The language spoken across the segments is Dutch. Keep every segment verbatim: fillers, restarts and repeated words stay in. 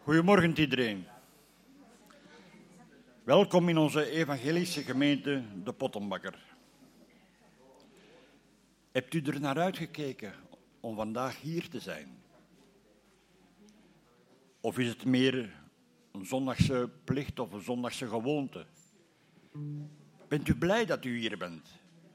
Goedemorgen iedereen. Welkom in onze evangelische gemeente De Pottenbakker. Hebt u er naar uitgekeken om vandaag hier te zijn? Of is het meer een zondagse plicht of een zondagse gewoonte? Bent u blij dat u hier bent?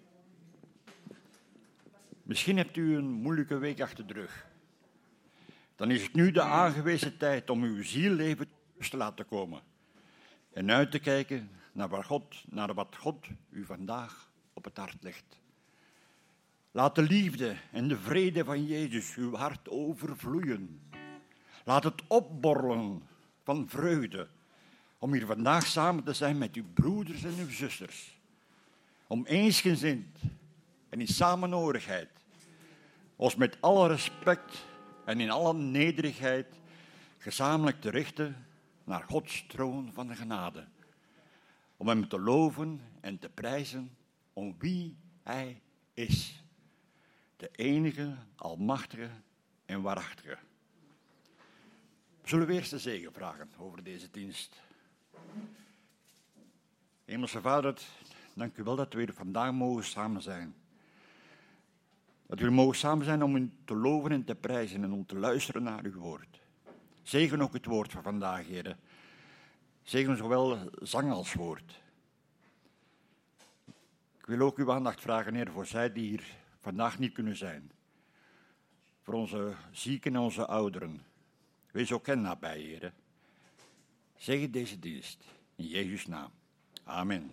Misschien hebt u een moeilijke week achter de rug. Dan is het nu de aangewezen tijd om uw zielleven te laten komen en uit te kijken naar, waar God, naar wat God u vandaag op het hart legt. Laat de liefde en de vrede van Jezus uw hart overvloeien. Laat het opborrelen van vreugde om hier vandaag samen te zijn met uw broeders en uw zusters. Om eensgezind en in samenhorigheid ons met alle respect en in alle nederigheid gezamenlijk te richten naar Gods troon van de genade. Om hem te loven en te prijzen om wie hij is. De enige, almachtige en waarachtige. Zullen we eerst de zegen vragen over deze dienst. Hemelse Vader, dank u wel dat we hier vandaag mogen samen zijn. Dat we mogen samen zijn om u te loven en te prijzen en om te luisteren naar uw woord. Zegen ook het woord van vandaag, Heer. Zegen zowel zang als woord. Ik wil ook uw aandacht vragen, Heer, voor zij die hier vandaag niet kunnen zijn. Voor onze zieken en onze ouderen. Wees ook hen nabij, Heer. Zegen deze dienst. In Jezus' naam. Amen.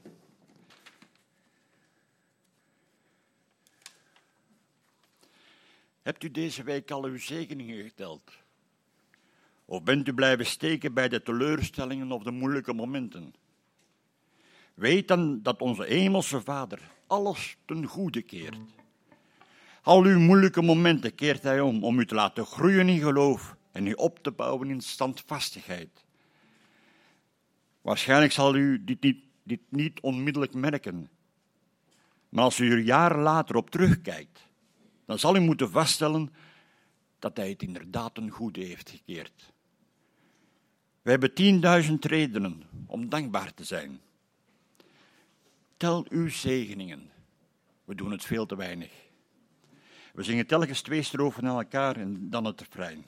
Hebt u deze week al uw zegeningen geteld? Of bent u blijven steken bij de teleurstellingen of de moeilijke momenten? Weet dan dat onze hemelse Vader alles ten goede keert. Al uw moeilijke momenten keert hij om, om u te laten groeien in geloof en u op te bouwen in standvastigheid. Waarschijnlijk zal u dit niet, dit niet onmiddellijk merken. Maar als u er jaren later op terugkijkt, dan zal u moeten vaststellen dat hij het inderdaad ten goede heeft gekeerd. We hebben tienduizend redenen om dankbaar te zijn. Tel uw zegeningen. We doen het veel te weinig. We zingen telkens twee strofen aan elkaar en dan het refrein.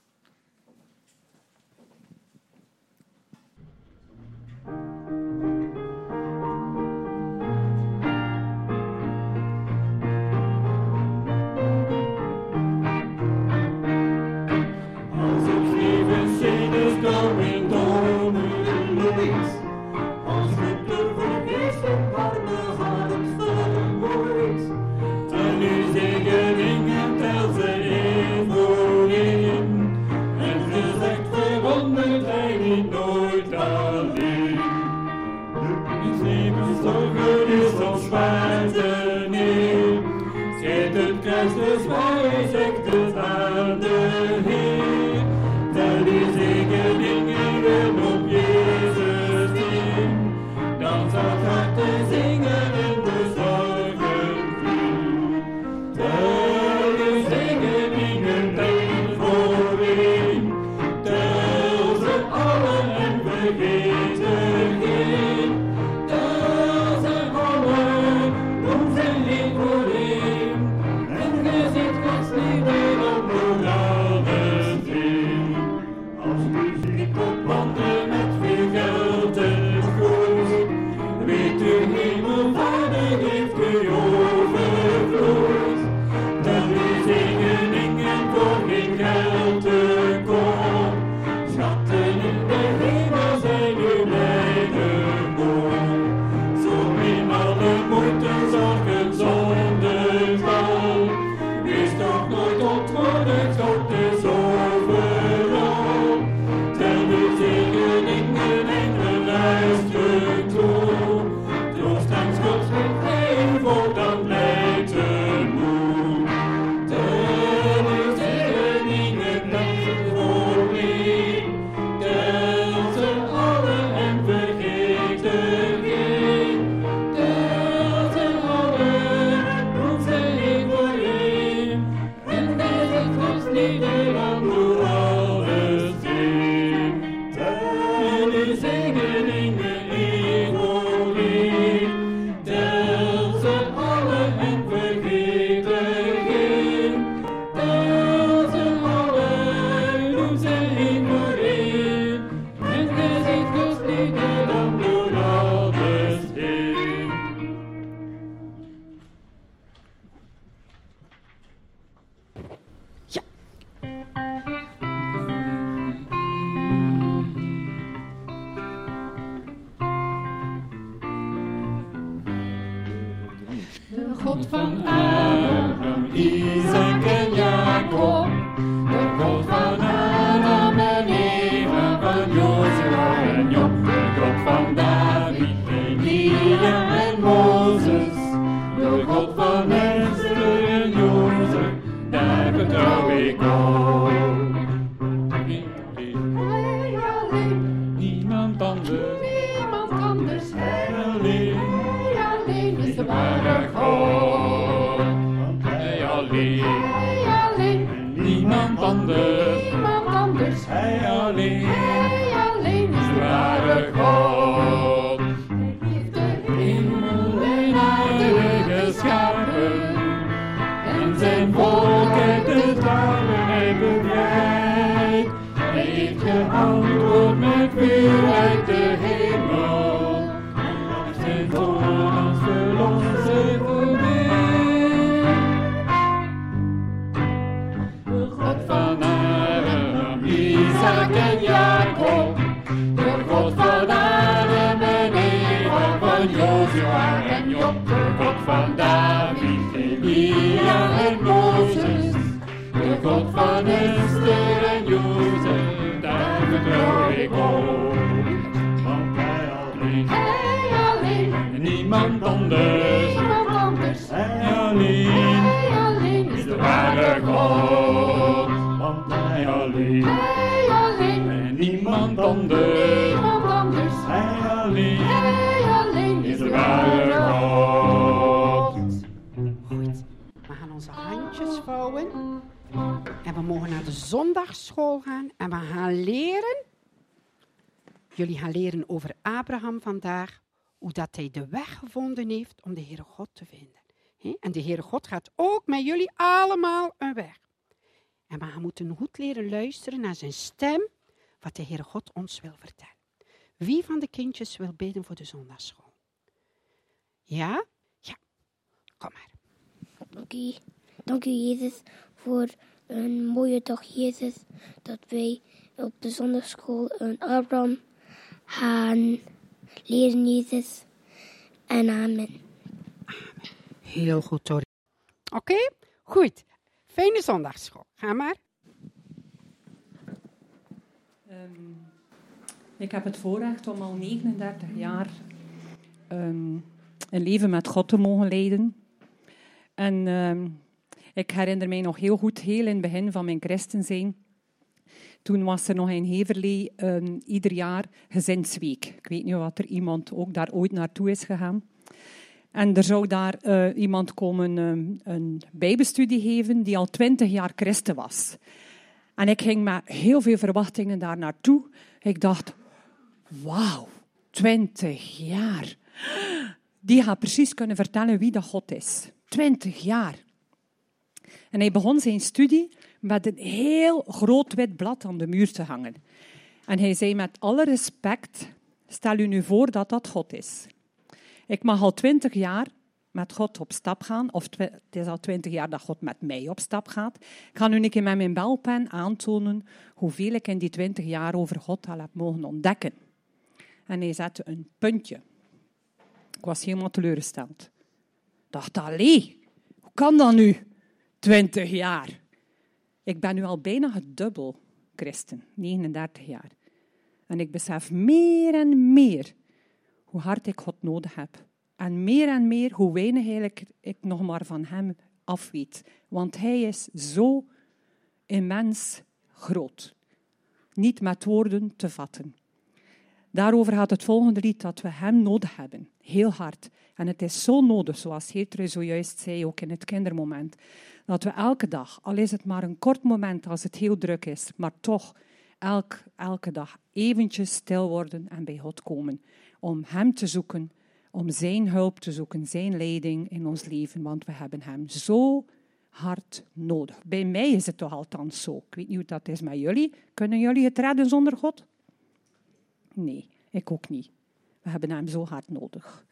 Christus wijzigt het aan de Heer. Tel die zegeningen op Jezus neer. Dan zal het hart zingen en de zorgen vliegen. Tel die zegeningen één voor één. Tel ze allen en vergeet er geen. Tel ze allen, noem ze één voor één. Nederland door alles heen. van Abraham, Isaac en Jacob. De God van Adam en Eva, van Jozua en Job. De God van David, Elia en Mozes. De God van Esther en Jozef, daar vertrouw ik op. Hij alleen, Niemand anders, niemand anders. Hij alleen, Hij alleen is de ware ware God. God. Hij alleen, Hij alleen, niemand anders, niemand anders. Hij alleen, Hij alleen is de de ware ware God. God. Hij heeft de Hemel en aarde geschapen, en zijn volk uit de talen hij bevrijdt. Hij heeft geantwoord met vuur uit de hemel, en zijn toorn als verlosser voor mij. De God van Abraham, Isaac en Jacob, de God van Adam en Eva, van Jozua en Job, de God van David, Elia en Mozes, de God van Esther en Jozef, daar vertrouw ik op. Want hij alleen, Hij alleen, en niemand anders, niemand anders. hij alleen Hij alleen is de ware God. Want hij alleen, Hij alleen, en niemand anders, niemand anders. hij alleen Hij alleen is de ware God. Goed, we gaan onze handjes vouwen. En we mogen naar de zondagsschool gaan. En we gaan leren. Jullie gaan leren over Abraham vandaag. Hoe dat hij de weg gevonden heeft om de Heere God te vinden. He? En de Heere God gaat ook met jullie allemaal een weg. En we moeten goed leren luisteren naar zijn stem. Wat de Heere God ons wil vertellen. Wie van de kindjes wil bidden voor de zondagsschool? Ja? Ja. Kom maar. Dank u, dank u Jezus voor een mooie dag Jezus. Dat wij op de zondagschool een Abraham gaan leren Jezus. En amen. Heel goed hoor. Oké, okay? Goed. Fijne zondagsschool. Ga maar. Um, ik heb het voorrecht om al negenendertig jaar um, een leven met God te mogen leiden. En um, ik herinner mij nog heel goed, heel in het begin van mijn christen zijn. Toen was er nog in Heverlee um, ieder jaar gezinsweek. Ik weet niet of er iemand ook daar ooit naartoe is gegaan. En er zou daar uh, iemand komen um, een bijbelstudie geven die al twintig jaar christen was. En ik ging met heel veel verwachtingen daar naartoe. Ik dacht, wauw, twintig jaar. Die gaat precies kunnen vertellen wie dat God is. twintig jaar. En hij begon zijn studie met een heel groot wit blad aan de muur te hangen. En hij zei met alle respect, stel u nu voor dat dat God is. Ik mag al twintig jaar met God op stap gaan, of twi- het is al twintig jaar dat God met mij op stap gaat. Ik ga nu een keer met mijn belpen aantonen hoeveel ik in die twintig jaar over God al heb mogen ontdekken. En hij zette een puntje. Ik was helemaal teleurgesteld. Ik dacht, allee, hoe kan dat nu? twintig jaar. Ik ben nu al bijna het dubbel christen, negenendertig jaar. En ik besef meer en meer hoe hard ik God nodig heb. En meer en meer hoe weinig eigenlijk ik nog maar van hem af weet. Want hij is zo immens groot. Niet met woorden te vatten. Daarover gaat het volgende lied, dat we hem nodig hebben. Heel hard. En het is zo nodig, zoals Heertrui zojuist zei, ook in het kindermoment, dat we elke dag, al is het maar een kort moment als het heel druk is, maar toch elk, elke dag eventjes stil worden en bij God komen. Om hem te zoeken, om zijn hulp te zoeken, zijn leiding in ons leven, want we hebben hem zo hard nodig. Bij mij is het toch althans zo. Ik weet niet hoe dat is met jullie. Kunnen jullie het redden zonder God? Nee, ik ook niet. We hebben hem zo hard nodig.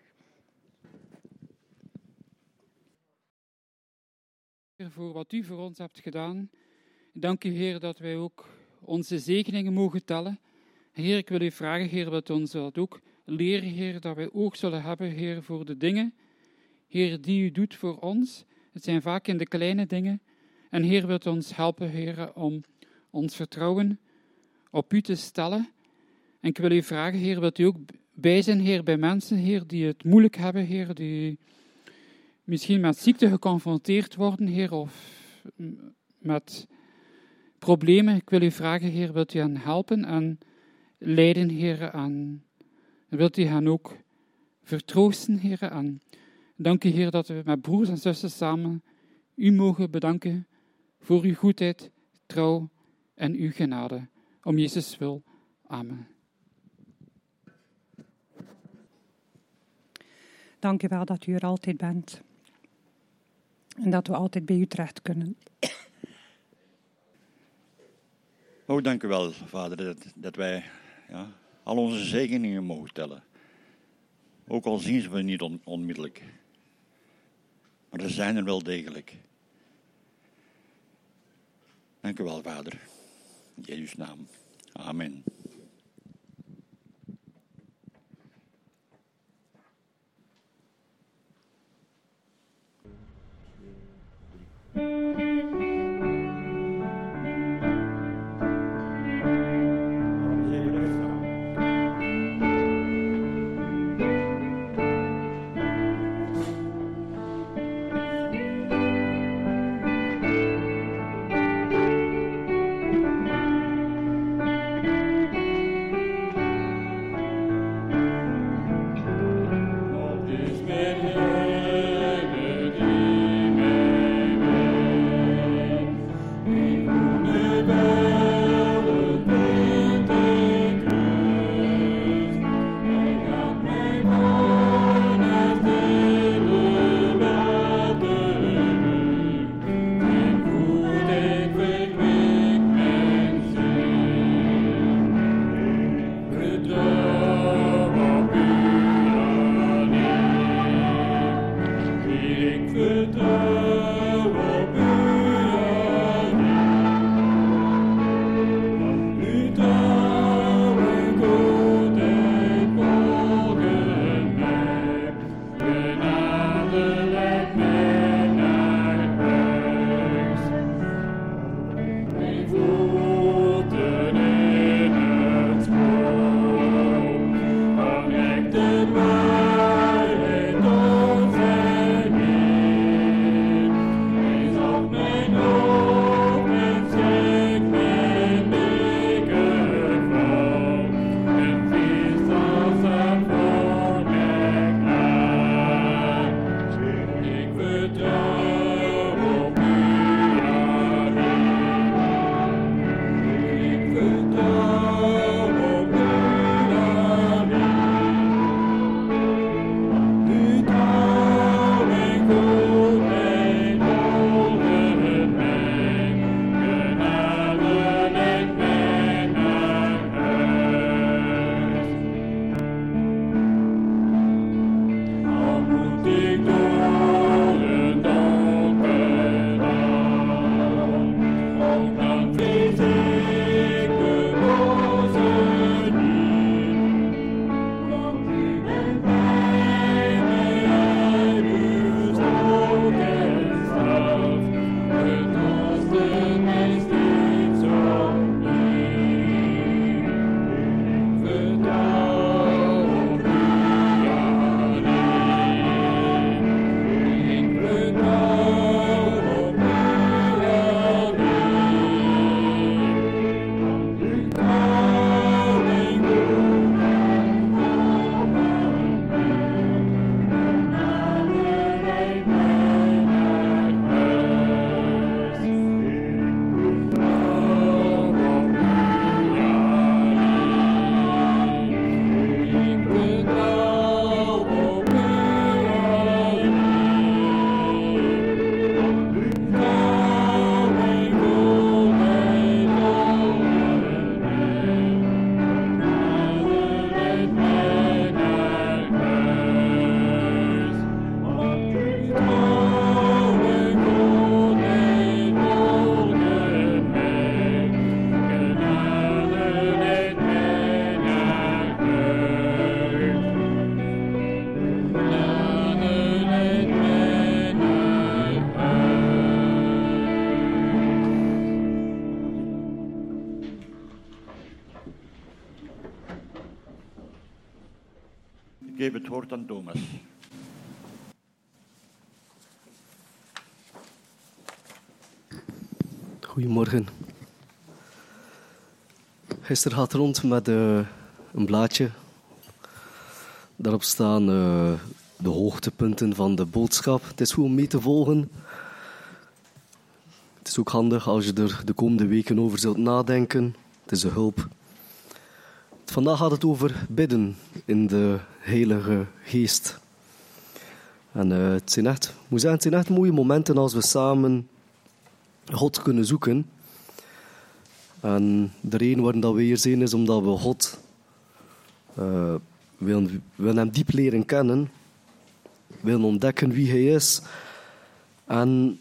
Voor wat u voor ons hebt gedaan. Dank u, Heer, dat wij ook onze zegeningen mogen tellen. Heer, ik wil u vragen, Heer, dat ons dat ook leren, Heer, dat wij oog zullen hebben, Heer, voor de dingen Heer, die u doet voor ons. Het zijn vaak in de kleine dingen. En Heer, wilt ons helpen, Heer, om ons vertrouwen op u te stellen. En ik wil u vragen, Heer, wilt u ook bij zijn, Heer, bij mensen, Heer, die het moeilijk hebben, Heer, die misschien met ziekte geconfronteerd worden, Heer, of met problemen. Ik wil u vragen, Heer, wilt u hen helpen en leiden, Heer, en wilt u hen ook vertroosten, Heer. En dank u, Heer, dat we met broers en zussen samen u mogen bedanken voor uw goedheid, trouw en uw genade. Om Jezus wil. Amen. Dank u wel dat u er altijd bent. En dat we altijd bij u terecht kunnen. Oh, dank u wel, Vader, dat, dat wij ja, al onze zegeningen mogen tellen. Ook al zien ze we niet on, onmiddellijk. Maar ze zijn er wel degelijk. Dank u wel, Vader. In Jezus' naam. Amen. geef het woord aan Thomas. Goedemorgen. Gisteren gaat rond met uh, een blaadje. Daarop staan uh, de hoogtepunten van de boodschap. Het is goed om mee te volgen. Het is ook handig als je er de komende weken over zult nadenken. Het is een hulp. Vandaag gaat het over bidden in de Heilige Geest. En uh, het zijn echt, ik moet zeggen, het zijn echt mooie momenten als we samen God kunnen zoeken. En de reden waarom dat we hier zijn is omdat we God uh, willen, willen hem diep leren kennen. Willen ontdekken wie hij is. En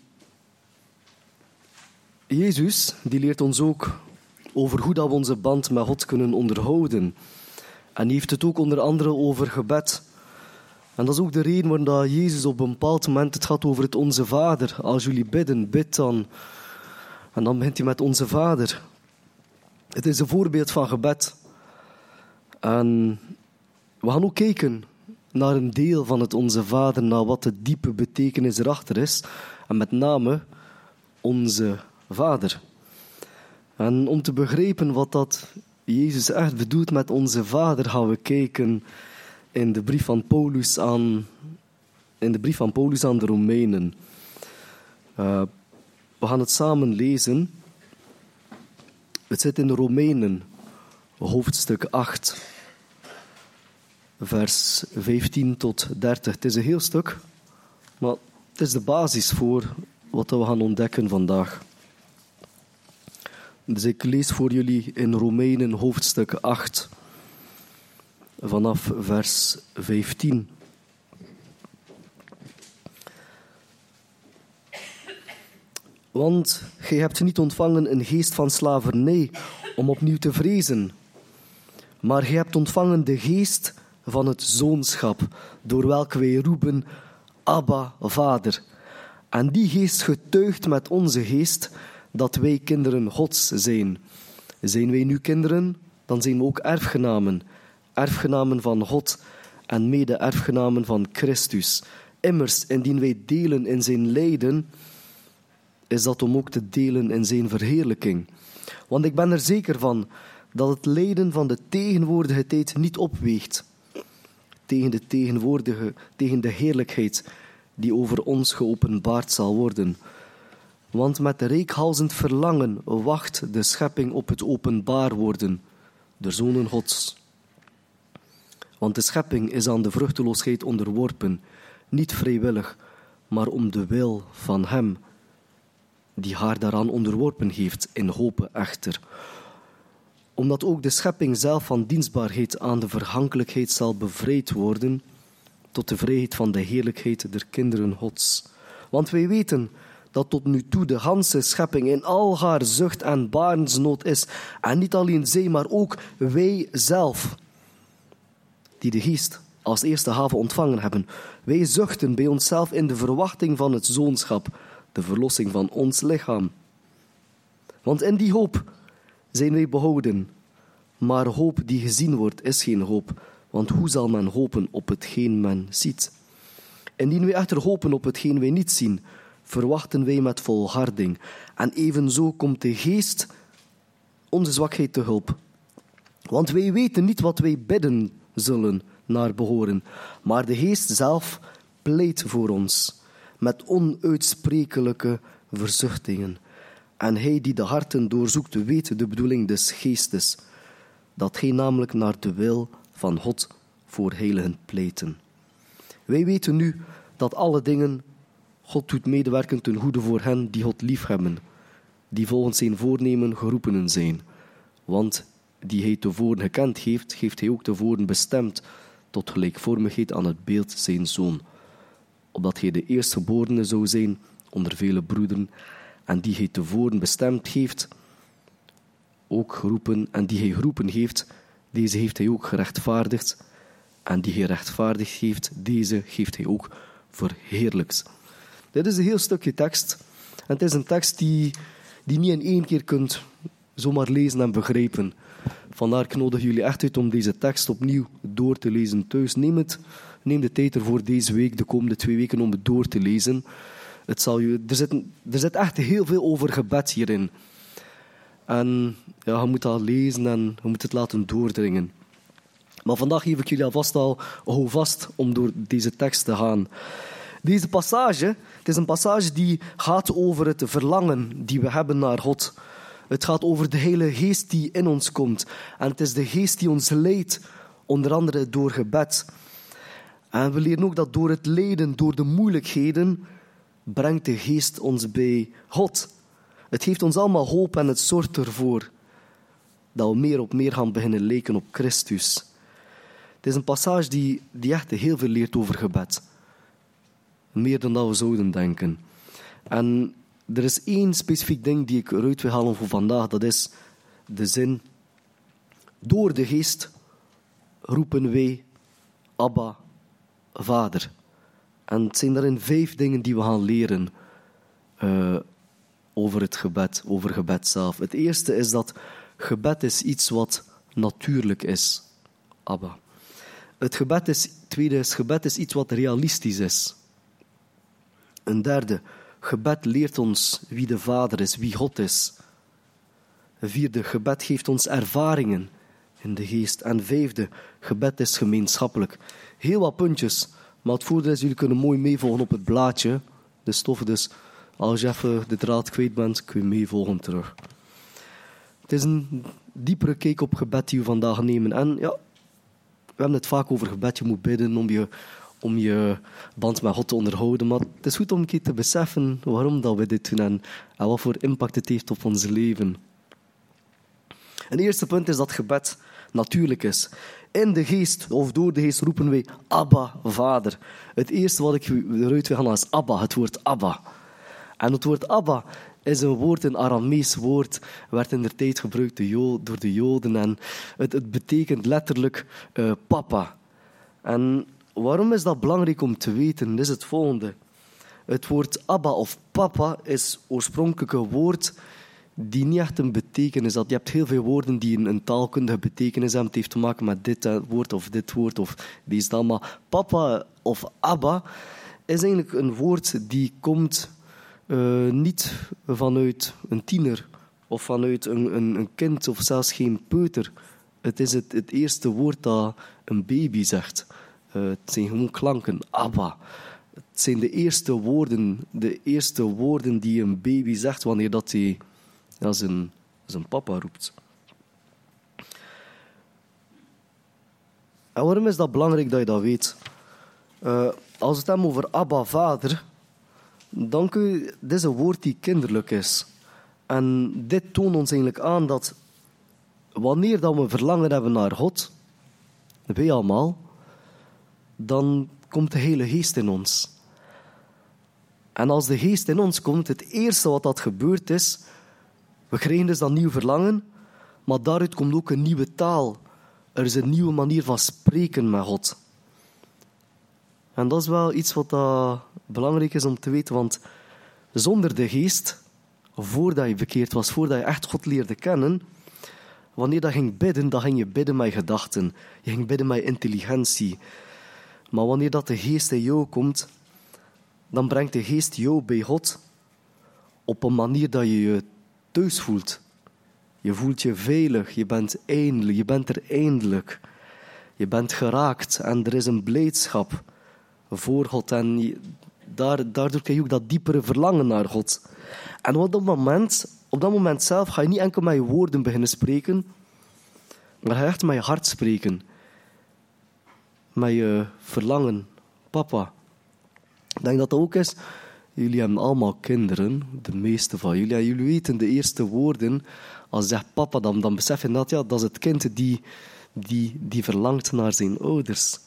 Jezus die leert ons ook over hoe dat we onze band met God kunnen onderhouden. En hij heeft het ook onder andere over gebed. En dat is ook de reden waarom dat Jezus op een bepaald moment het gaat over het Onze Vader. Als jullie bidden, bid dan. En dan begint hij met Onze Vader. Het is een voorbeeld van gebed. En we gaan ook kijken naar een deel van het Onze Vader, naar wat de diepe betekenis erachter is. En met name Onze Vader. En om te begrijpen wat dat Jezus echt bedoelt met Onze Vader, gaan we kijken in de brief van Paulus aan, in de brief van Paulus aan de Romeinen. Uh, we gaan het samen lezen. Het zit in de Romeinen, hoofdstuk acht, vers vijftien tot dertig. Het is een heel stuk, maar het is de basis voor wat we gaan ontdekken vandaag. Dus ik lees voor jullie in Romeinen hoofdstuk acht, vanaf vers vijftien. Want gij hebt niet ontvangen een geest van slavernij om opnieuw te vrezen, maar gij hebt ontvangen de geest van het zoonschap, door welke wij roepen, Abba, Vader. En die geest getuigt met onze geest dat wij kinderen Gods zijn. Zijn wij nu kinderen, dan zijn we ook erfgenamen. Erfgenamen van God en mede-erfgenamen van Christus. Immers, indien wij delen in zijn lijden, is dat om ook te delen in zijn verheerlijking. Want ik ben er zeker van dat het lijden van de tegenwoordige tijd niet opweegt tegen de tegenwoordige, tegen de heerlijkheid die over ons geopenbaard zal worden. Want met reikhalzend verlangen wacht de schepping op het openbaar worden der zonen Gods. Want de schepping is aan de vruchteloosheid onderworpen, niet vrijwillig, maar om de wil van hem die haar daaraan onderworpen heeft, in hope echter. Omdat ook de schepping zelf van dienstbaarheid aan de vergankelijkheid zal bevrijd worden, tot de vrijheid van de heerlijkheid der kinderen Gods. Want wij weten dat tot nu toe de ganse schepping in al haar zucht en barensnood is. En niet alleen zij, maar ook wij zelf, die de geest als eerste gave ontvangen hebben. Wij zuchten bij onszelf in de verwachting van het zoonschap, de verlossing van ons lichaam. Want in die hoop zijn wij behouden. Maar hoop die gezien wordt, is geen hoop. Want hoe zal men hopen op hetgeen men ziet? Indien wij echter hopen op hetgeen wij niet zien, verwachten wij met volharding. En evenzo komt de geest onze zwakheid te hulp. Want wij weten niet wat wij bidden zullen naar behoren, maar de geest zelf pleit voor ons met onuitsprekelijke verzuchtingen. En hij die de harten doorzoekt, weet de bedoeling des geestes, dat hij namelijk naar de wil van God voor heiligen pleiten. Wij weten nu dat alle dingen God doet medewerken ten goede voor hen die God liefhebben, die volgens zijn voornemen geroepenen zijn. Want die hij tevoren gekend heeft, heeft hij ook tevoren bestemd tot gelijkvormigheid aan het beeld zijn zoon, opdat hij de eerstgeborene zou zijn onder vele broederen, en die hij tevoren bestemd heeft, ook geroepen, en die hij geroepen heeft, deze heeft hij ook gerechtvaardigd, en die hij rechtvaardigd heeft, deze heeft hij ook verheerlijkt. Dit is een heel stukje tekst, en het is een tekst die, die niet in één keer kunt zomaar lezen en begrijpen. Vandaar ik nodig jullie echt uit om deze tekst opnieuw door te lezen thuis. Neem, het, neem de tijd ervoor deze week, de komende twee weken, om het door te lezen. Het zal je, er, zit, er zit echt heel veel over gebed hierin. En ja, je moet dat lezen en je moet het laten doordringen. Maar vandaag geef ik jullie alvast al hou vast om door deze tekst te gaan. Deze passage, het is een passage die gaat over het verlangen die we hebben naar God. Het gaat over de Heilige Geest die in ons komt. En het is de Geest die ons leidt, onder andere door gebed. En we leren ook dat door het lijden, door de moeilijkheden, brengt de Geest ons bij God. Het geeft ons allemaal hoop en het zorgt ervoor dat we meer op meer gaan beginnen lijken op Christus. Het is een passage die, die echt heel veel leert over gebed. Meer dan dat we zouden denken. En er is één specifiek ding die ik eruit wil halen voor vandaag. Dat is de zin: door de Geest roepen wij Abba, Vader. En het zijn daarin vijf dingen die we gaan leren uh, over het gebed, over gebed zelf. Het eerste is dat gebed is iets wat natuurlijk is. Abba. Het gebed is, tweede is, gebed is iets wat realistisch is. Een derde, gebed leert ons wie de Vader is, wie God is. Een vierde, gebed geeft ons ervaringen in de Geest. En vijfde, gebed is gemeenschappelijk. Heel wat puntjes, maar het voordeel is, jullie kunnen mooi meevolgen op het blaadje, de stof. Dus als je even de draad kwijt bent, kun je meevolgen terug. Het is een diepere kijk op gebed die we vandaag nemen. En ja, we hebben het vaak over gebed. Je moet bidden om je, om je band met God te onderhouden. Maar het is goed om een keer te beseffen waarom dat we dit doen en, en wat voor impact het heeft op ons leven. Een eerste punt is dat gebed natuurlijk is. In de Geest, of door de Geest, roepen wij Abba, Vader. Het eerste wat ik eruit wil gaan is Abba, het woord Abba. En het woord Abba is een woord, een Aramees woord, werd in de tijd gebruikt door de Joden. En het, het betekent letterlijk uh, papa. En waarom is dat belangrijk om te weten? Dat is het volgende. Het woord Abba of papa is oorspronkelijk een woord die niet echt een betekenis had. Je hebt heel veel woorden die een, een taalkundige betekenis hebben. Het heeft te maken met dit woord of dit woord of deze taal. Maar papa of Abba is eigenlijk een woord die komt uh, niet vanuit een tiener of vanuit een, een, een kind of zelfs geen peuter. Het is het, het eerste woord dat een baby zegt. Uh, het zijn gewoon klanken. Abba. Het zijn de eerste woorden, de eerste woorden die een baby zegt wanneer dat hij ja, zijn, zijn papa roept. En waarom is dat belangrijk dat je dat weet? Uh, als we het hebben over Abba, Vader, dan kun je, dit is een woord die kinderlijk is. En dit toont ons eigenlijk aan dat wanneer dat we verlangen hebben naar God, wij allemaal, dan komt de Heilige Geest in ons. En als de Geest in ons komt, het eerste wat dat gebeurt is, we krijgen dus dat nieuw verlangen, maar daaruit komt ook een nieuwe taal. Er is een nieuwe manier van spreken met God. En dat is wel iets wat uh, belangrijk is om te weten, want zonder de Geest, voordat je bekeerd was, voordat je echt God leerde kennen, wanneer je ging bidden, dan ging je bidden met je gedachten. Je ging bidden met je intelligentie. Maar wanneer dat de Geest in jou komt, dan brengt de Geest jou bij God op een manier dat je je thuis voelt. Je voelt je veilig, je bent eindelijk, je bent er eindelijk. Je bent geraakt en er is een blijdschap voor God. En je, daar, daardoor krijg je ook dat diepere verlangen naar God. En op dat moment, op dat moment zelf ga je niet enkel met je woorden beginnen spreken, maar ga je echt met je hart spreken. Met je verlangen. Papa. Ik denk dat dat ook is. Jullie hebben allemaal kinderen, de meeste van jullie. En jullie weten de eerste woorden. Als je zegt papa, dan, dan besef je dat, ja, dat is het kind die, die, die verlangt naar zijn ouders.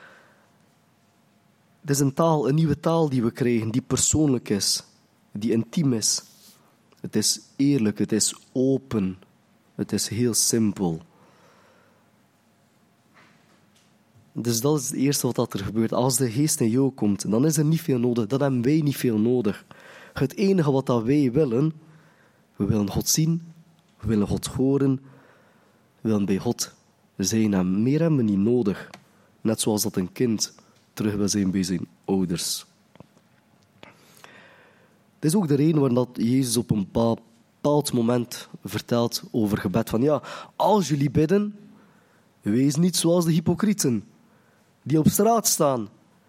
Het is een taal, een nieuwe taal die we krijgen, die persoonlijk is, die intiem is. Het is eerlijk, het is open, het is heel simpel. Dus dat is het eerste wat er gebeurt. Als de Geest in jou komt, dan is er niet veel nodig. Dan hebben wij niet veel nodig. Het enige wat wij willen, we willen God zien, we willen God horen, willen bij God zijn en meer hebben we niet nodig. Net zoals dat een kind terug wil zijn bij zijn ouders. Dit is ook de reden waarom dat Jezus op een bepaald moment vertelt over gebed. Van ja, als jullie bidden, wees niet zoals de hypocrieten die op straat staan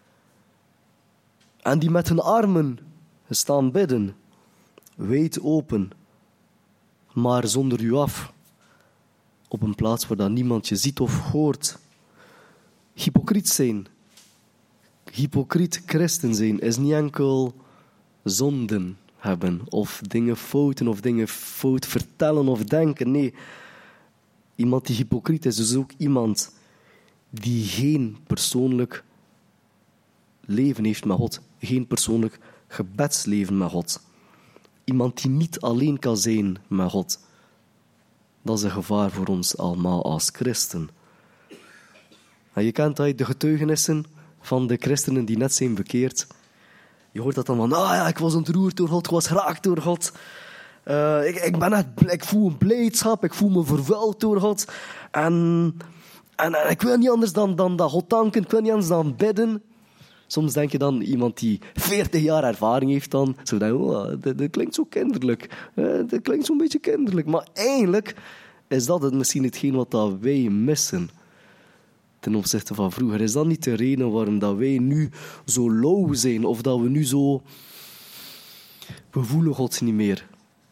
en die met hun armen staan bidden, wijd open, maar zonder u af, op een plaats waar dan niemand je ziet of hoort. Hypocriet zijn, hypocriet christen zijn, is niet enkel zonden hebben, of dingen fouten, of dingen fout vertellen of denken. Nee, iemand die hypocriet is, is ook iemand die geen persoonlijk leven heeft met God. Geen persoonlijk gebedsleven met God. Iemand die niet alleen kan zijn met God. Dat is een gevaar voor ons allemaal als christen. En je kent uit de getuigenissen van de christenen die net zijn bekeerd. Je hoort dat dan van, ah ja, ik was ontroerd door God, ik was geraakt door God. Uh, ik, ik, ben echt, ik voel een blijdschap, ik voel me vervuld door God. En, en, en ik wil niet anders dan, dan dat God danken, ik wil niet anders dan bidden. Soms denk je dan, iemand die veertig jaar ervaring heeft dan, zo denk je, oh, dat, dat klinkt zo kinderlijk. Uh, dat klinkt zo'n beetje kinderlijk. Maar eigenlijk is dat het misschien hetgeen wat dat wij missen. Ten opzichte van vroeger. Is dat niet de reden waarom dat wij nu zo lauw zijn? Of dat we nu zo... We voelen God niet meer.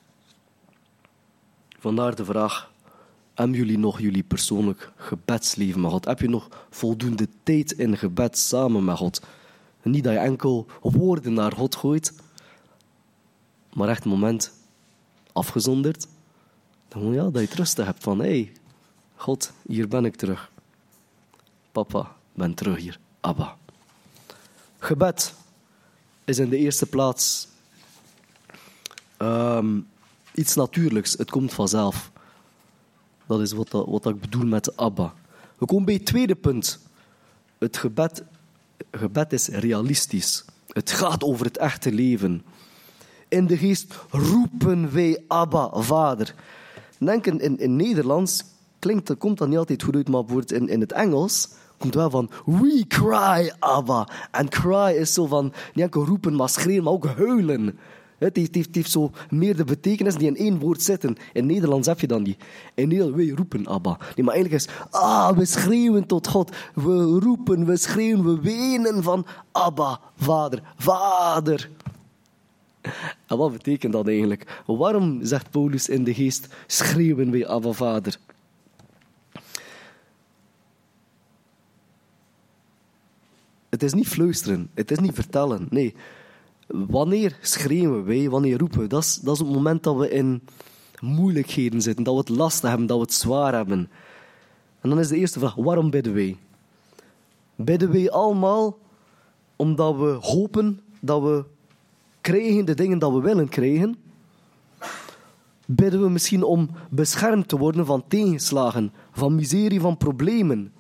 Vandaar de vraag. Hebben jullie nog jullie persoonlijk gebedsleven met God? Heb je nog voldoende tijd in gebed samen met God? En niet dat je enkel woorden naar God gooit. Maar echt een moment afgezonderd. Dan ja, dat je het rustig hebt van... Hé, hey, God, hier ben ik terug. Papa, ben terug hier. Abba. Gebed is in de eerste plaats um, iets natuurlijks. Het komt vanzelf. Dat is wat, dat, wat ik bedoel met Abba. We komen bij het tweede punt. Het gebed, gebed is realistisch. Het gaat over het echte leven. In de geest roepen wij Abba, Vader. Denk in, in, in Nederlands klinkt, komt dat niet altijd goed uit, maar bijvoorbeeld in, in het Engels komt wel van we cry Abba. En cry is zo van niet enkel roepen, maar schreeuwen, maar ook huilen. Het heeft, heeft, heeft zo meer de betekenis die in één woord zitten. In Nederlands heb je dan niet. In Nederland, wij roepen Abba. Nee, maar eigenlijk is, ah, we schreeuwen tot God. We roepen, we schreeuwen, we wenen van Abba, Vader, Vader. En wat betekent dat eigenlijk? Waarom zegt Paulus in de geest, schreeuwen wij Abba, Vader? Het is niet fluisteren, het is niet vertellen, nee. Wanneer schreeuwen wij, wanneer roepen we? Dat is, dat is het moment dat we in moeilijkheden zitten, dat we het lastig hebben, dat we het zwaar hebben. En dan is de eerste vraag, waarom bidden wij? Bidden wij allemaal omdat we hopen dat we krijgen de dingen dat we willen krijgen? Bidden we misschien om beschermd te worden van tegenslagen, van miserie, van problemen?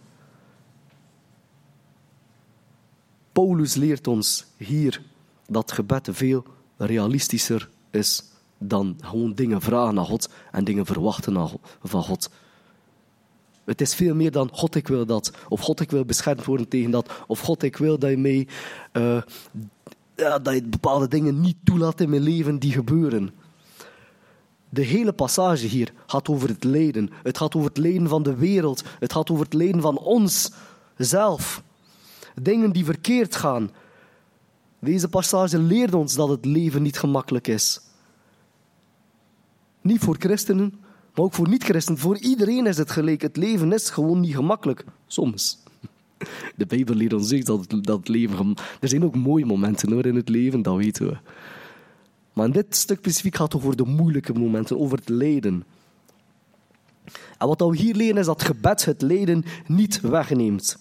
Paulus leert ons hier dat gebed veel realistischer is dan gewoon dingen vragen naar God en dingen verwachten van God. Het is veel meer dan God, ik wil dat. Of God, ik wil beschermd worden tegen dat. Of God, ik wil dat je mij uh, ja, dat je bepaalde dingen niet toelaat in mijn leven die gebeuren. De hele passage hier gaat over het lijden. Het gaat over het lijden van de wereld. Het gaat over het lijden van ons zelf. Dingen die verkeerd gaan. Deze passage leert ons dat het leven niet gemakkelijk is. Niet voor christenen, maar ook voor niet-christenen. Voor iedereen is het gelijk. Het leven is gewoon niet gemakkelijk. Soms. De Bijbel leert ons dat het, dat het leven... Er zijn ook mooie momenten hoor, in het leven, dat weten we. Maar in dit stuk specifiek gaat het over de moeilijke momenten, over het lijden. En wat we hier leren is dat gebed het lijden niet wegneemt.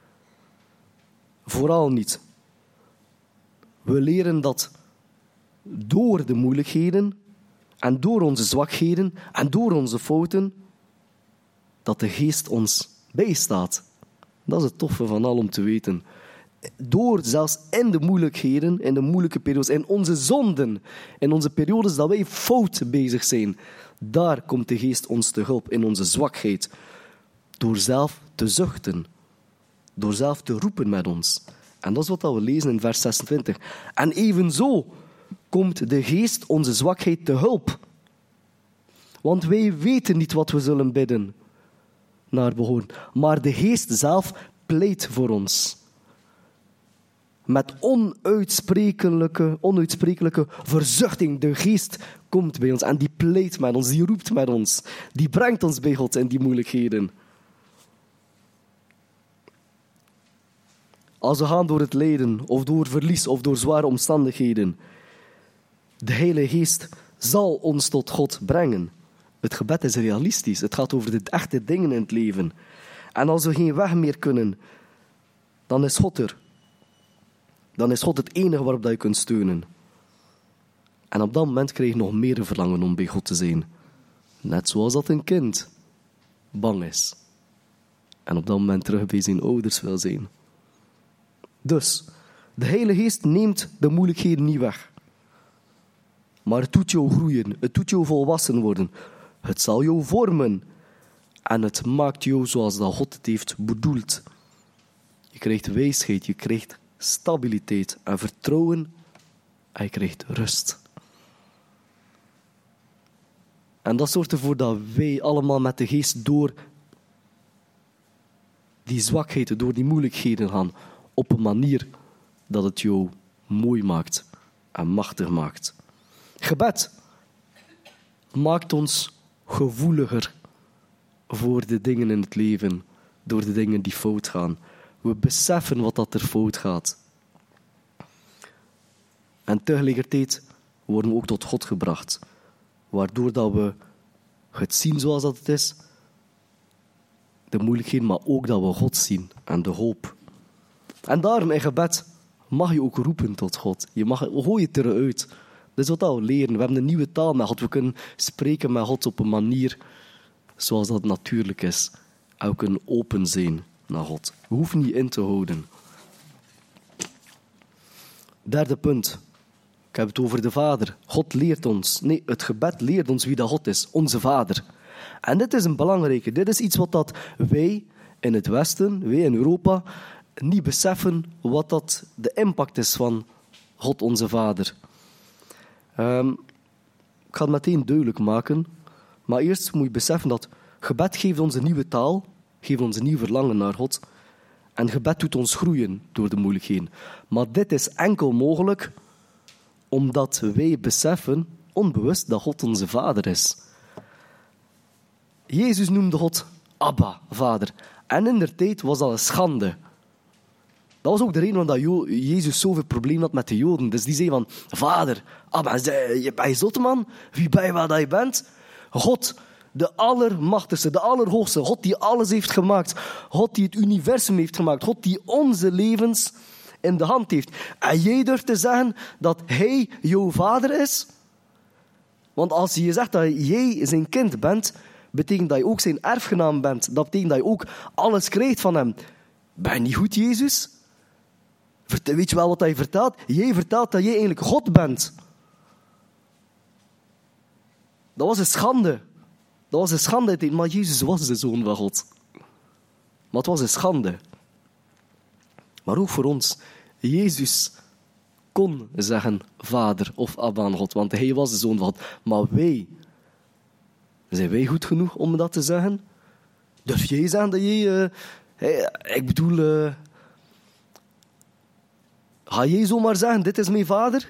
Vooral niet. We leren dat door de moeilijkheden en door onze zwakheden en door onze fouten, dat de geest ons bijstaat. Dat is het toffe van al om te weten. Door zelfs in de moeilijkheden, in de moeilijke periodes, in onze zonden, in onze periodes dat wij fout bezig zijn, Daar komt de geest ons te hulp in onze zwakheid. Door zelf te zuchten. Door zelf te roepen met ons. En dat is wat we lezen in vers zesentwintig. En evenzo komt de geest onze zwakheid te hulp. Want wij weten niet wat we zullen bidden naar behoren. Maar de geest zelf pleit voor ons. Met onuitsprekelijke, onuitsprekelijke verzuchting. De geest komt bij ons en die pleit met ons, die roept met ons. Die brengt ons bij God in die moeilijkheden. Als we gaan door het lijden, of door verlies, of door zware omstandigheden. De Heilige Geest zal ons tot God brengen. Het gebed is realistisch. Het gaat over de echte dingen in het leven. En als we geen weg meer kunnen, dan is God er. Dan is God het enige waarop je kunt steunen. En op dat moment krijg je nog meer verlangen om bij God te zijn. Net zoals dat een kind bang is. En op dat moment terug bij zijn ouders wil zijn. Dus, de Heilige Geest neemt de moeilijkheden niet weg. Maar het doet jou groeien. Het doet jou volwassen worden. Het zal jou vormen. En het maakt jou zoals dat God het heeft bedoeld. Je krijgt wijsheid, je krijgt stabiliteit en vertrouwen. En je krijgt rust. En dat zorgt ervoor dat wij allemaal met de geest door die zwakheden, door die moeilijkheden gaan. Op een manier dat het jou mooi maakt en machtig maakt. Gebed maakt ons gevoeliger voor de dingen in het leven, door de dingen die fout gaan. We beseffen wat dat er fout gaat. En tegelijkertijd worden we ook tot God gebracht, waardoor dat we het zien zoals dat het is, de moeilijkheden, maar ook dat we God zien en de hoop. En daarom in gebed mag je ook roepen tot God. Je mag, gooi het eruit. Dat is wat we leren. We hebben een nieuwe taal met God. We kunnen spreken met God op een manier zoals dat natuurlijk is. En we kunnen open zijn naar God. We hoeven niet in te houden. Derde punt. Ik heb het over de Vader. God leert ons. Nee, het gebed leert ons wie dat God is. Onze Vader. En dit is een belangrijke. Dit is iets wat dat wij in het Westen, wij in Europa, niet beseffen wat dat de impact is van God onze Vader. Um, ik ga het meteen duidelijk maken. Maar eerst moet je beseffen dat gebed geeft ons een nieuwe taal, geeft ons een nieuw verlangen naar God. En gebed doet ons groeien door de moeilijkheden. Maar dit is enkel mogelijk omdat wij beseffen, onbewust, dat God onze Vader is. Jezus noemde God Abba, Vader. En in der tijd was dat een schande. Dat was ook de reden waarom Jezus zoveel problemen had met de Joden. Dus die zei van, Vader, Abba, ben je zot man? Wie ben je waar dat je bent? God, de allermachtigste, de allerhoogste. God die alles heeft gemaakt. God die het universum heeft gemaakt. God die onze levens in de hand heeft. En jij durft te zeggen dat hij jouw vader is? Want als je zegt dat jij zijn kind bent, betekent dat je ook zijn erfgenaam bent. Dat betekent dat je ook alles krijgt van hem. Ben je niet goed, Jezus? Weet je wel wat hij vertelt? Jij vertelt dat jij eigenlijk God bent. Dat was een schande. Dat was een schande. Maar Jezus was de Zoon van God. Maar het was een schande. Maar ook voor ons. Jezus kon zeggen Vader of Abba aan God. Want hij was de Zoon van God. Maar wij... Zijn wij goed genoeg om dat te zeggen? Durf jij zeggen dat jij... Uh, hey, ik bedoel... Uh, ga jij zomaar zeggen, dit is mijn vader?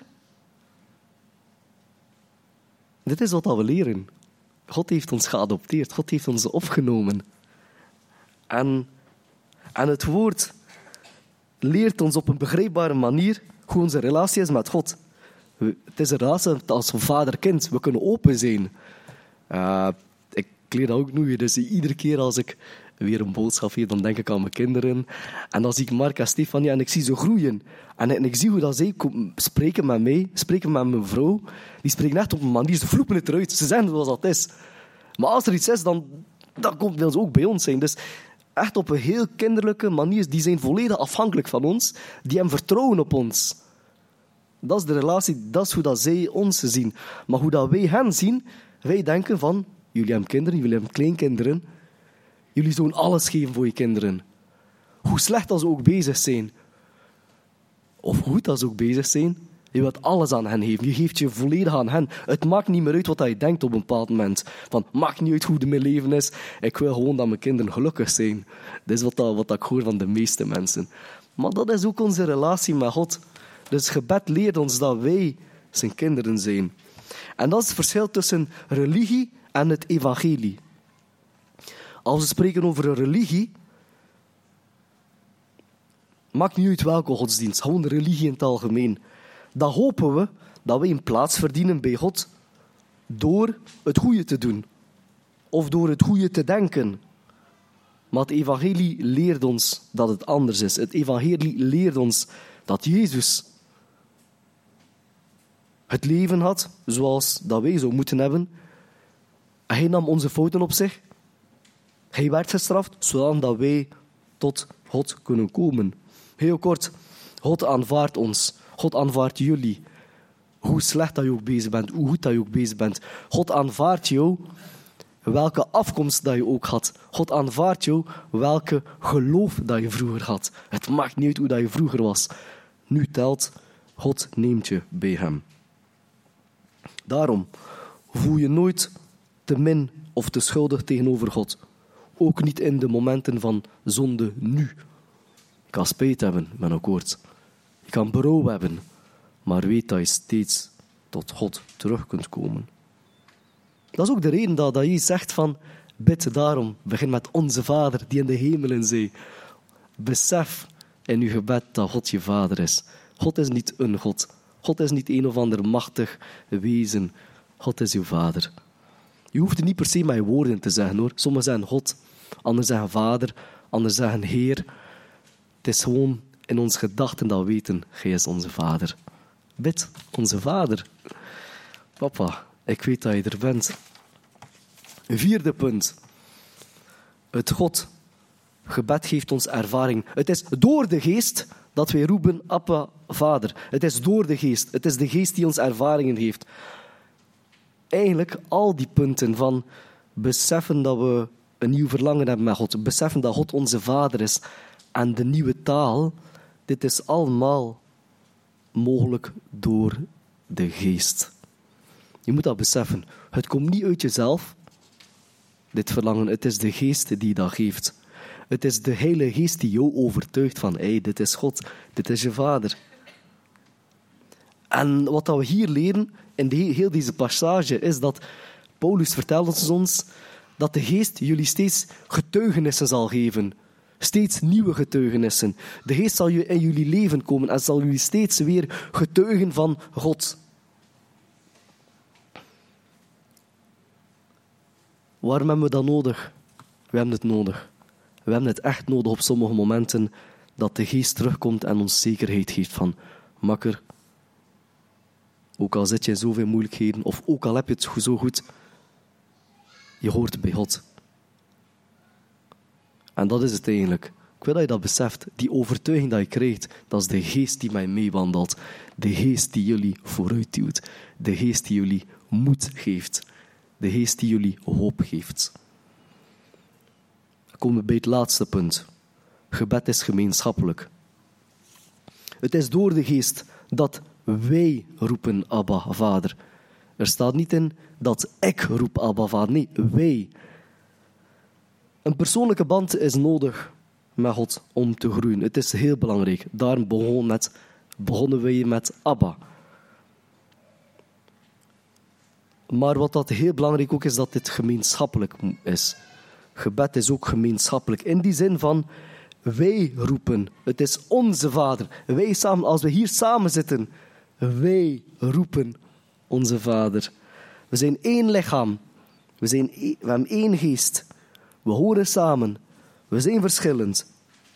Dit is wat we leren. God heeft ons geadopteerd. God heeft ons opgenomen. En, en het woord leert ons op een begrijpbare manier hoe onze relatie is met God. Het is een relatie als vader-kind. We kunnen open zijn. Uh, ik leer dat ook nu. Dus iedere keer als ik weer een boodschap geef, dan denk ik aan mijn kinderen. En dan zie ik Mark en Stefania en ik zie ze groeien. En, en ik zie hoe dat zij spreken met mij, spreken met mijn vrouw. Die spreken echt op een manier, ze vloepen het eruit. Ze zeggen zoals dat is. Maar als er iets is, dan, dan komt het ook bij ons zijn. Dus echt op een heel kinderlijke manier. Die zijn volledig afhankelijk van ons. Die hebben vertrouwen op ons. Dat is de relatie, dat is hoe dat zij ons zien. Maar hoe dat wij hen zien, Wij denken van, jullie hebben kinderen, jullie hebben kleinkinderen. Jullie zullen alles geven voor je kinderen. Hoe slecht als ze ook bezig zijn. Of hoe goed als ze ook bezig zijn. Je wilt alles aan hen geven. Je geeft je volledig aan hen. Het maakt niet meer uit wat je denkt op een bepaald moment. Van, maakt niet uit hoe mijn leven is. Ik wil gewoon dat mijn kinderen gelukkig zijn. Dat is wat, dat, wat ik hoor van de meeste mensen. Maar dat is ook onze relatie met God. Dus gebed leert ons dat wij zijn kinderen zijn. En dat is het verschil tussen religie en het evangelie. Als we spreken over een religie, maakt niet uit welke godsdienst, gewoon de religie in het algemeen. Dan hopen we dat wij een plaats verdienen bij God door het goede te doen. Of door het goede te denken. Maar het evangelie leert ons dat het anders is. Het evangelie leert ons dat Jezus het leven had zoals dat wij zo moeten hebben. Hij nam onze fouten op zich. Hij werd gestraft, zodat wij tot God kunnen komen. Heel kort, God aanvaardt ons. God aanvaardt jullie. Hoe slecht dat je ook bezig bent, hoe goed dat je ook bezig bent. God aanvaardt jou, welke afkomst dat je ook had. God aanvaardt jou, welke geloof dat je vroeger had. Het maakt niet uit hoe dat je vroeger was. Nu telt, God neemt je bij hem. Daarom voel je nooit te min of te schuldig tegenover God. Ook niet in de momenten van zonde nu. Je kan spijt hebben, met een akkoord. Je kan berouw hebben, maar weet dat je steeds tot God terug kunt komen. Dat is ook de reden dat, dat Jezus zegt van, bid daarom, begin met onze Vader die in de hemelen zij. Besef in uw gebed dat God je Vader is. God is niet een God. God is niet een of ander machtig wezen. God is uw Vader. Je hoeft het niet per se met je woorden te zeggen, hoor. Sommigen zeggen God, anderen zeggen Vader, anderen zeggen Heer. Het is gewoon in onze gedachten dat we weten, Gij is onze Vader. Bid, onze Vader. Papa, ik weet dat je er bent. Vierde punt. Het God. Gebed geeft ons ervaring. Het is door de geest dat wij roepen, Abba, Vader. Het is door de geest. Het is de geest die ons ervaringen geeft. Eigenlijk al die punten van beseffen dat we een nieuw verlangen hebben met God. Beseffen dat God onze Vader is. En de nieuwe taal, dit is allemaal mogelijk door de geest. Je moet dat beseffen. Het komt niet uit jezelf, dit verlangen. Het is de geest die dat geeft. Het is de Heilige Geest die jou overtuigt van, hey, dit is God, dit is je Vader. En wat we hier leren in de, heel deze passage is dat Paulus vertelt ons dat de Geest jullie steeds getuigenissen zal geven. Steeds nieuwe getuigenissen. De Geest zal in jullie leven komen en zal jullie steeds weer getuigen van God. Waarom hebben we dat nodig? We hebben het nodig. We hebben het echt nodig op sommige momenten dat de Geest terugkomt en ons zekerheid geeft van makker, ook al zit je in zoveel moeilijkheden of ook al heb je het zo goed, je hoort bij God. En dat is het eigenlijk. Ik wil dat je dat beseft. Die overtuiging dat je krijgt, dat is de Geest die mij meewandelt. De Geest die jullie vooruit duwt. De Geest die jullie moed geeft. De Geest die jullie hoop geeft. Dan komen we bij het laatste punt. Gebed is gemeenschappelijk. Het is door de Geest dat wij roepen Abba, Vader. Er staat niet in dat ik roep Abba, Vader. Nee, wij. Een persoonlijke band is nodig met God om te groeien. Het is heel belangrijk. Daarom begon met, begonnen wij met Abba. Maar wat dat heel belangrijk ook is, dat dit gemeenschappelijk is. Gebed is ook gemeenschappelijk. In die zin van, wij roepen. Het is onze Vader. Wij samen, als we hier samen zitten, wij roepen onze Vader. We zijn één lichaam. We, zijn, we hebben één geest. We horen samen. We zijn verschillend.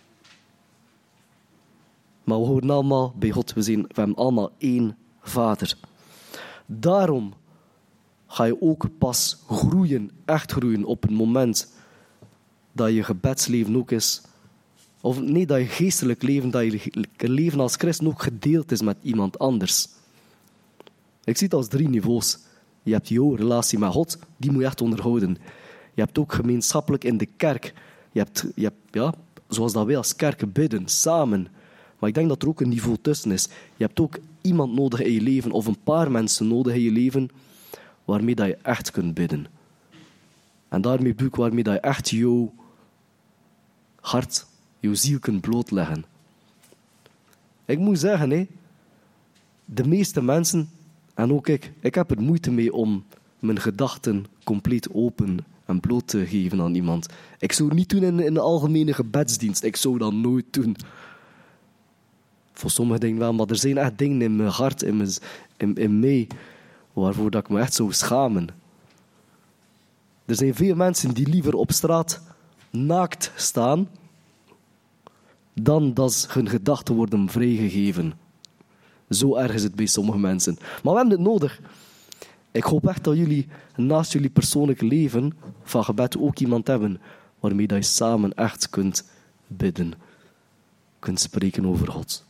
Maar we horen allemaal bij God. We, zijn, we hebben allemaal één Vader. Daarom ga je ook pas groeien, echt groeien, op het moment dat je gebedsleven ook is. Of nee, dat je geestelijk leven, dat je leven als christen ook gedeeld is met iemand anders. Ik zie het als drie niveaus. Je Je hebt jouw relatie met God, die moet je echt onderhouden. Je hebt ook gemeenschappelijk in de kerk. Je hebt, je hebt ja, zoals dat wij als kerk bidden, samen. Maar ik denk dat er ook een niveau tussen is. Je hebt ook iemand nodig in je leven, of een paar mensen nodig in je leven, waarmee dat je echt kunt bidden. En daarmee bedoel ik waarmee dat je echt jouw hart, jouw ziel kunt blootleggen. Ik moet zeggen, hè, de meeste mensen, en ook ik, ik heb er moeite mee om mijn gedachten compleet open en bloot te geven aan iemand. Ik zou het niet doen in, in de algemene gebedsdienst. Ik zou dat nooit doen. Voor sommige dingen wel, maar er zijn echt dingen in mijn hart, in, mijn, in, in mij, waarvoor dat ik me echt zou schamen. Er zijn veel mensen die liever op straat naakt staan, dan dat hun gedachten worden vrijgegeven. Zo erg is het bij sommige mensen. Maar we hebben het nodig. Ik hoop echt dat jullie naast jullie persoonlijke leven van gebed ook iemand hebben waarmee dat je samen echt kunt bidden. Kunt spreken over God.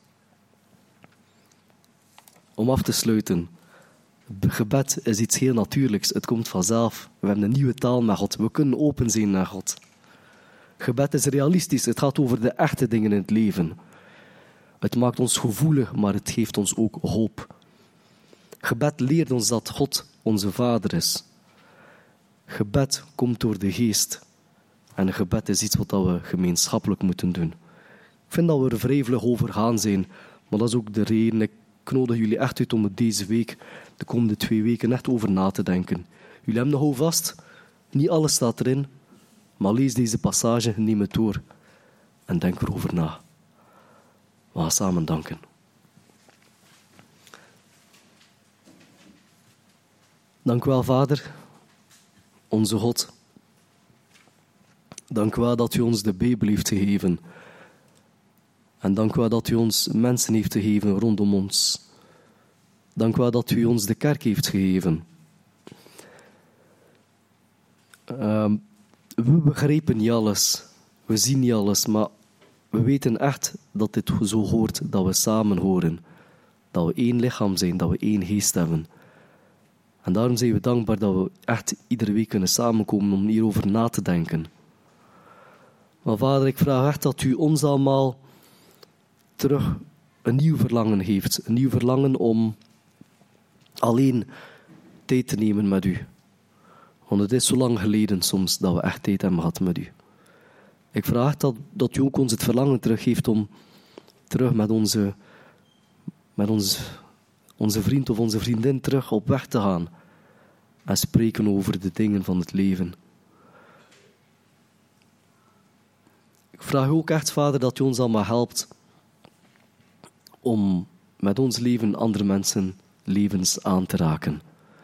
Om af te sluiten. Gebed is iets heel natuurlijks. Het komt vanzelf. We hebben een nieuwe taal met God. We kunnen open zijn naar God. Gebed is realistisch. Het gaat over de echte dingen in het leven. Het maakt ons gevoelig, maar het geeft ons ook hoop. Gebed leert ons dat God onze Vader is. Gebed komt door de Geest. En gebed is iets wat we gemeenschappelijk moeten doen. Ik vind dat we er vrij vlug over gaan zijn. Maar dat is ook de reden. Ik nodig jullie echt uit om het deze week, de komende twee weken, echt over na te denken. Jullie hebben nog houvast. Niet alles staat erin. Maar lees deze passage, neem het door. En denk erover na. We gaan samen danken. Dank u wel, Vader, onze God. Dank u wel dat u ons de Bijbel heeft gegeven. En dank u wel dat u ons mensen heeft gegeven rondom ons. Dank u wel dat u ons de kerk heeft gegeven. Uh, we begrijpen niet alles. We zien niet alles, maar we weten echt dat dit zo hoort, dat we samen horen. Dat we één lichaam zijn, dat we één geest hebben. En daarom zijn we dankbaar dat we echt iedere week kunnen samenkomen om hierover na te denken. Maar Vader, ik vraag echt dat u ons allemaal terug een nieuw verlangen geeft. Een nieuw verlangen om alleen tijd te nemen met u. Want het is zo lang geleden soms dat we echt tijd hebben gehad met u. Ik vraag dat, dat u ook ons het verlangen teruggeeft om terug met onze, met onze, onze vriend of onze vriendin terug op weg te gaan. En spreken over de dingen van het leven. Ik vraag u ook echt, Vader, dat u ons allemaal helpt om met ons leven andere mensen levens aan te raken.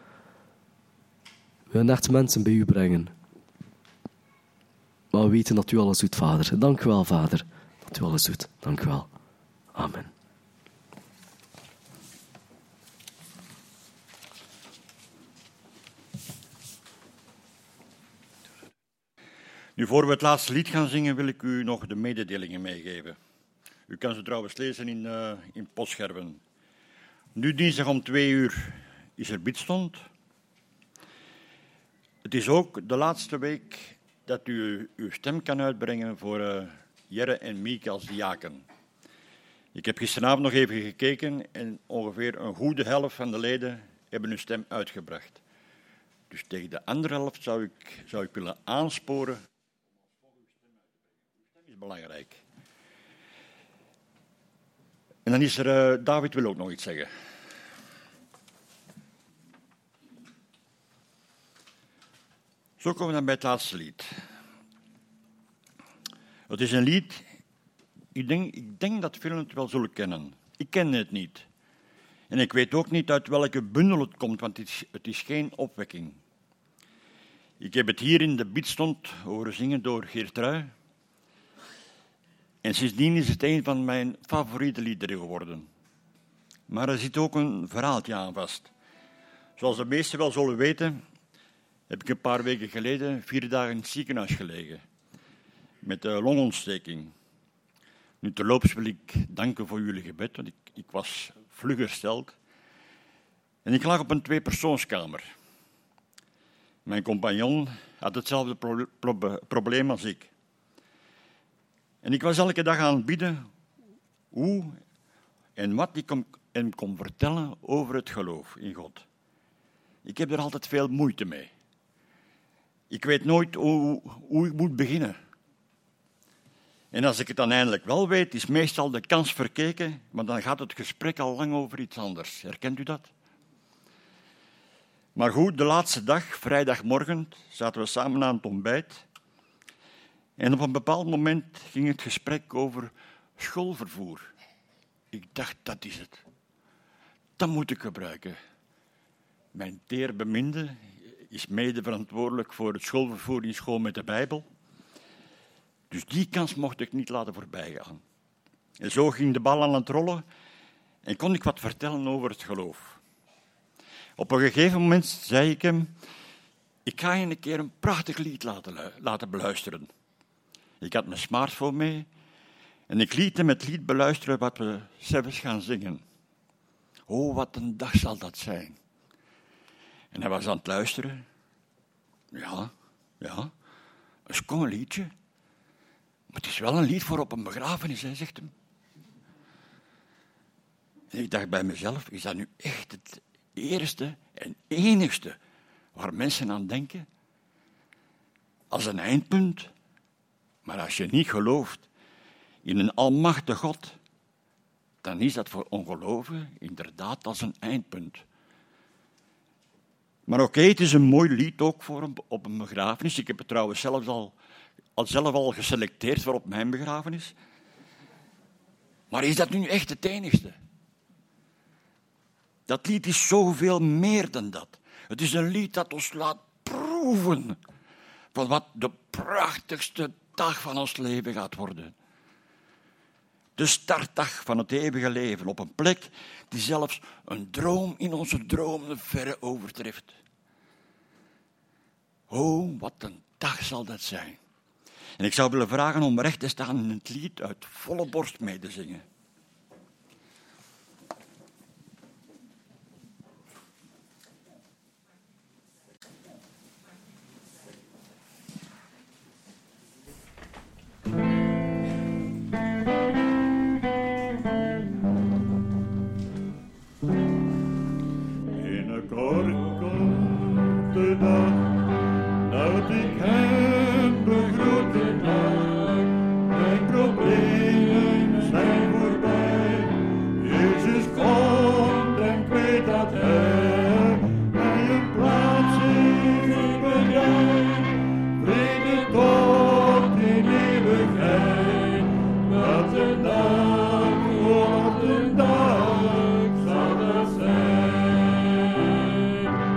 We willen echt mensen bij u brengen. Maar we weten dat u alles doet, Vader. Dank u wel, Vader, dat u alles doet. Dank u wel. Amen. Nu, voor we het laatste lied gaan zingen, wil ik u nog de mededelingen meegeven. U kan ze trouwens lezen in, uh, in postschermen. Nu dinsdag om twee uur is er bidstond. Het is ook de laatste week dat u uw stem kan uitbrengen voor uh, Jerre en Mieke als diaken. Ik heb gisteravond nog even gekeken en ongeveer een goede helft van de leden hebben hun stem uitgebracht. Dus tegen de andere helft zou ik, zou ik willen aansporen. Uw stem is belangrijk. En dan is er, uh, David wil ook nog iets zeggen. Zo komen we dan bij het laatste lied. Het is een lied, ik denk, ik denk dat velen het wel zullen kennen. Ik ken het niet. En ik weet ook niet uit welke bundel het komt, want het is, het is geen opwekking. Ik heb het hier in de bidstond horen zingen door Geert Ruij. En sindsdien is het een van mijn favoriete liederen geworden. Maar er zit ook een verhaaltje aan vast. Zoals de meesten wel zullen weten, heb ik een paar weken geleden vier dagen in het ziekenhuis gelegen. Met de longontsteking. Nu terloops wil ik danken voor jullie gebed, want ik, ik was vlug hersteld. En ik lag op een tweepersoonskamer. Mijn compagnon had hetzelfde pro- pro- probleem als ik. En ik was elke dag aan het bidden hoe en wat ik hem kon vertellen over het geloof in God. Ik heb er altijd veel moeite mee. Ik weet nooit hoe, hoe ik moet beginnen. En als ik het dan eindelijk wel weet, is meestal de kans verkeken, maar dan gaat het gesprek al lang over iets anders. Herkent u dat? Maar goed, de laatste dag, vrijdagmorgen, zaten we samen aan het ontbijt. En op een bepaald moment ging het gesprek over schoolvervoer. Ik dacht, dat is het. Dat moet ik gebruiken. Mijn teerbeminde is mede verantwoordelijk voor het schoolvervoer in school met de Bijbel. Dus die kans mocht ik niet laten voorbijgaan. En zo ging de bal aan het rollen en kon ik wat vertellen over het geloof. Op een gegeven moment zei ik hem, ik ga je een keer een prachtig lied laten, laten beluisteren. Ik had mijn smartphone mee en ik liet hem het lied beluisteren wat we zelfs gaan zingen. Oh, wat een dag zal dat zijn. En hij was aan het luisteren. Ja, ja, een schoon liedje. Maar het is wel een lied voor op een begrafenis, hè, zegt hem. En ik dacht bij mezelf, is dat nu echt het eerste en enigste waar mensen aan denken? Als een eindpunt. Maar als je niet gelooft in een almachtige God, dan is dat voor ongelovigen inderdaad als een eindpunt. Maar oké, okay, het is een mooi lied ook voor een, op een begrafenis. Ik heb het trouwens zelfs al, al zelf al geselecteerd voor op mijn begrafenis. Maar is dat nu echt het enigste? Dat lied is zoveel meer dan dat. Het is een lied dat ons laat proeven van wat de prachtigste dag van ons leven gaat worden. De startdag van het eeuwige leven op een plek die zelfs een droom in onze dromen verre overtreft. Oh, wat een dag zal dat zijn. En ik zou willen vragen om recht te staan en het lied uit volle borst mee te zingen.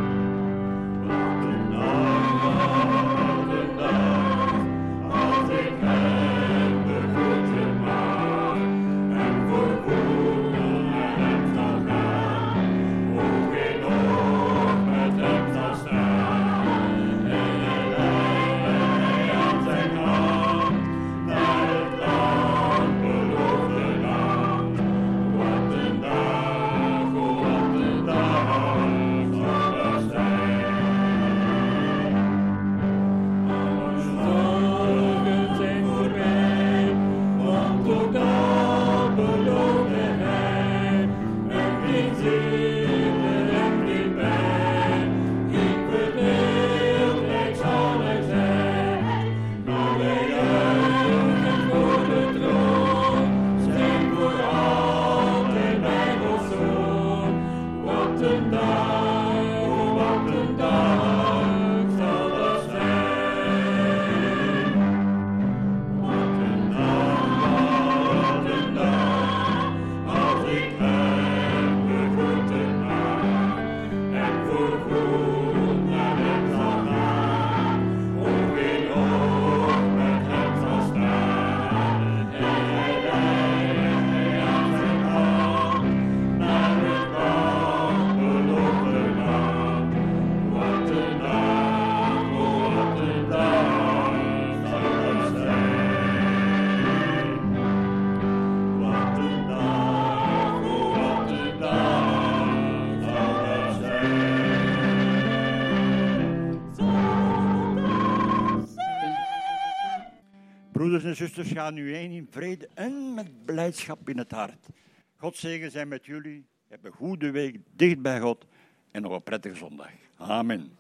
Als ik Broeders en zusters, gaan nu heen in vrede en met blijdschap in het hart. God zegen zijn met jullie. Heb een goede week dicht bij God en nog een prettige zondag. Amen.